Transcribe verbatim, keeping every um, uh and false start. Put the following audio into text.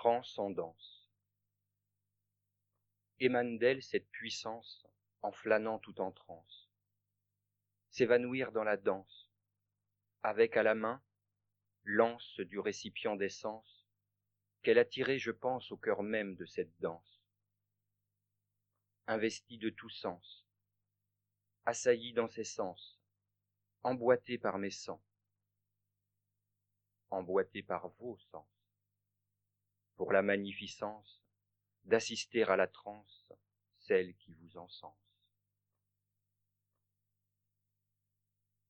Transcendance. Émane d'elle cette puissance en flânant tout en transe, s'évanouir dans la danse, avec à la main l'anse du récipient d'essence qu'elle a tiré, je pense, au cœur même de cette danse. Investie de tout sens, assaillie dans ses sens, emboîtée par mes sens, emboîtée par vos sens, pour la magnificence d'assister à la transe, celle qui vous encense.